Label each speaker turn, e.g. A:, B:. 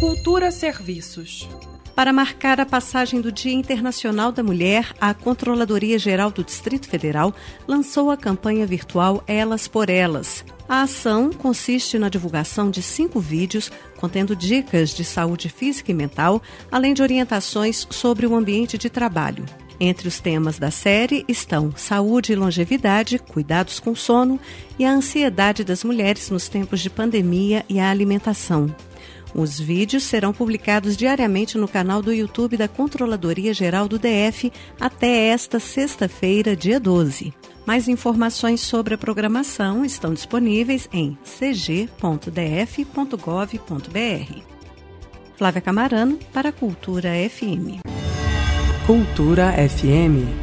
A: Cultura Serviços.
B: Para marcar a passagem do Dia Internacional da Mulher, a Controladoria Geral do Distrito Federal lançou a campanha virtual Elas por Elas. A ação consiste na divulgação de 5 vídeos contendo dicas de saúde física e mental, além de orientações sobre o ambiente de trabalho. Entre os temas da série estão saúde e longevidade, cuidados com sono e a ansiedade das mulheres nos tempos de pandemia e a alimentação. Os vídeos serão publicados diariamente no canal do YouTube da Controladoria Geral do DF até esta sexta-feira, dia 12. Mais informações sobre a programação estão disponíveis em cg.df.gov.br. Flávia Camarano, para a Cultura FM.
C: Cultura FM.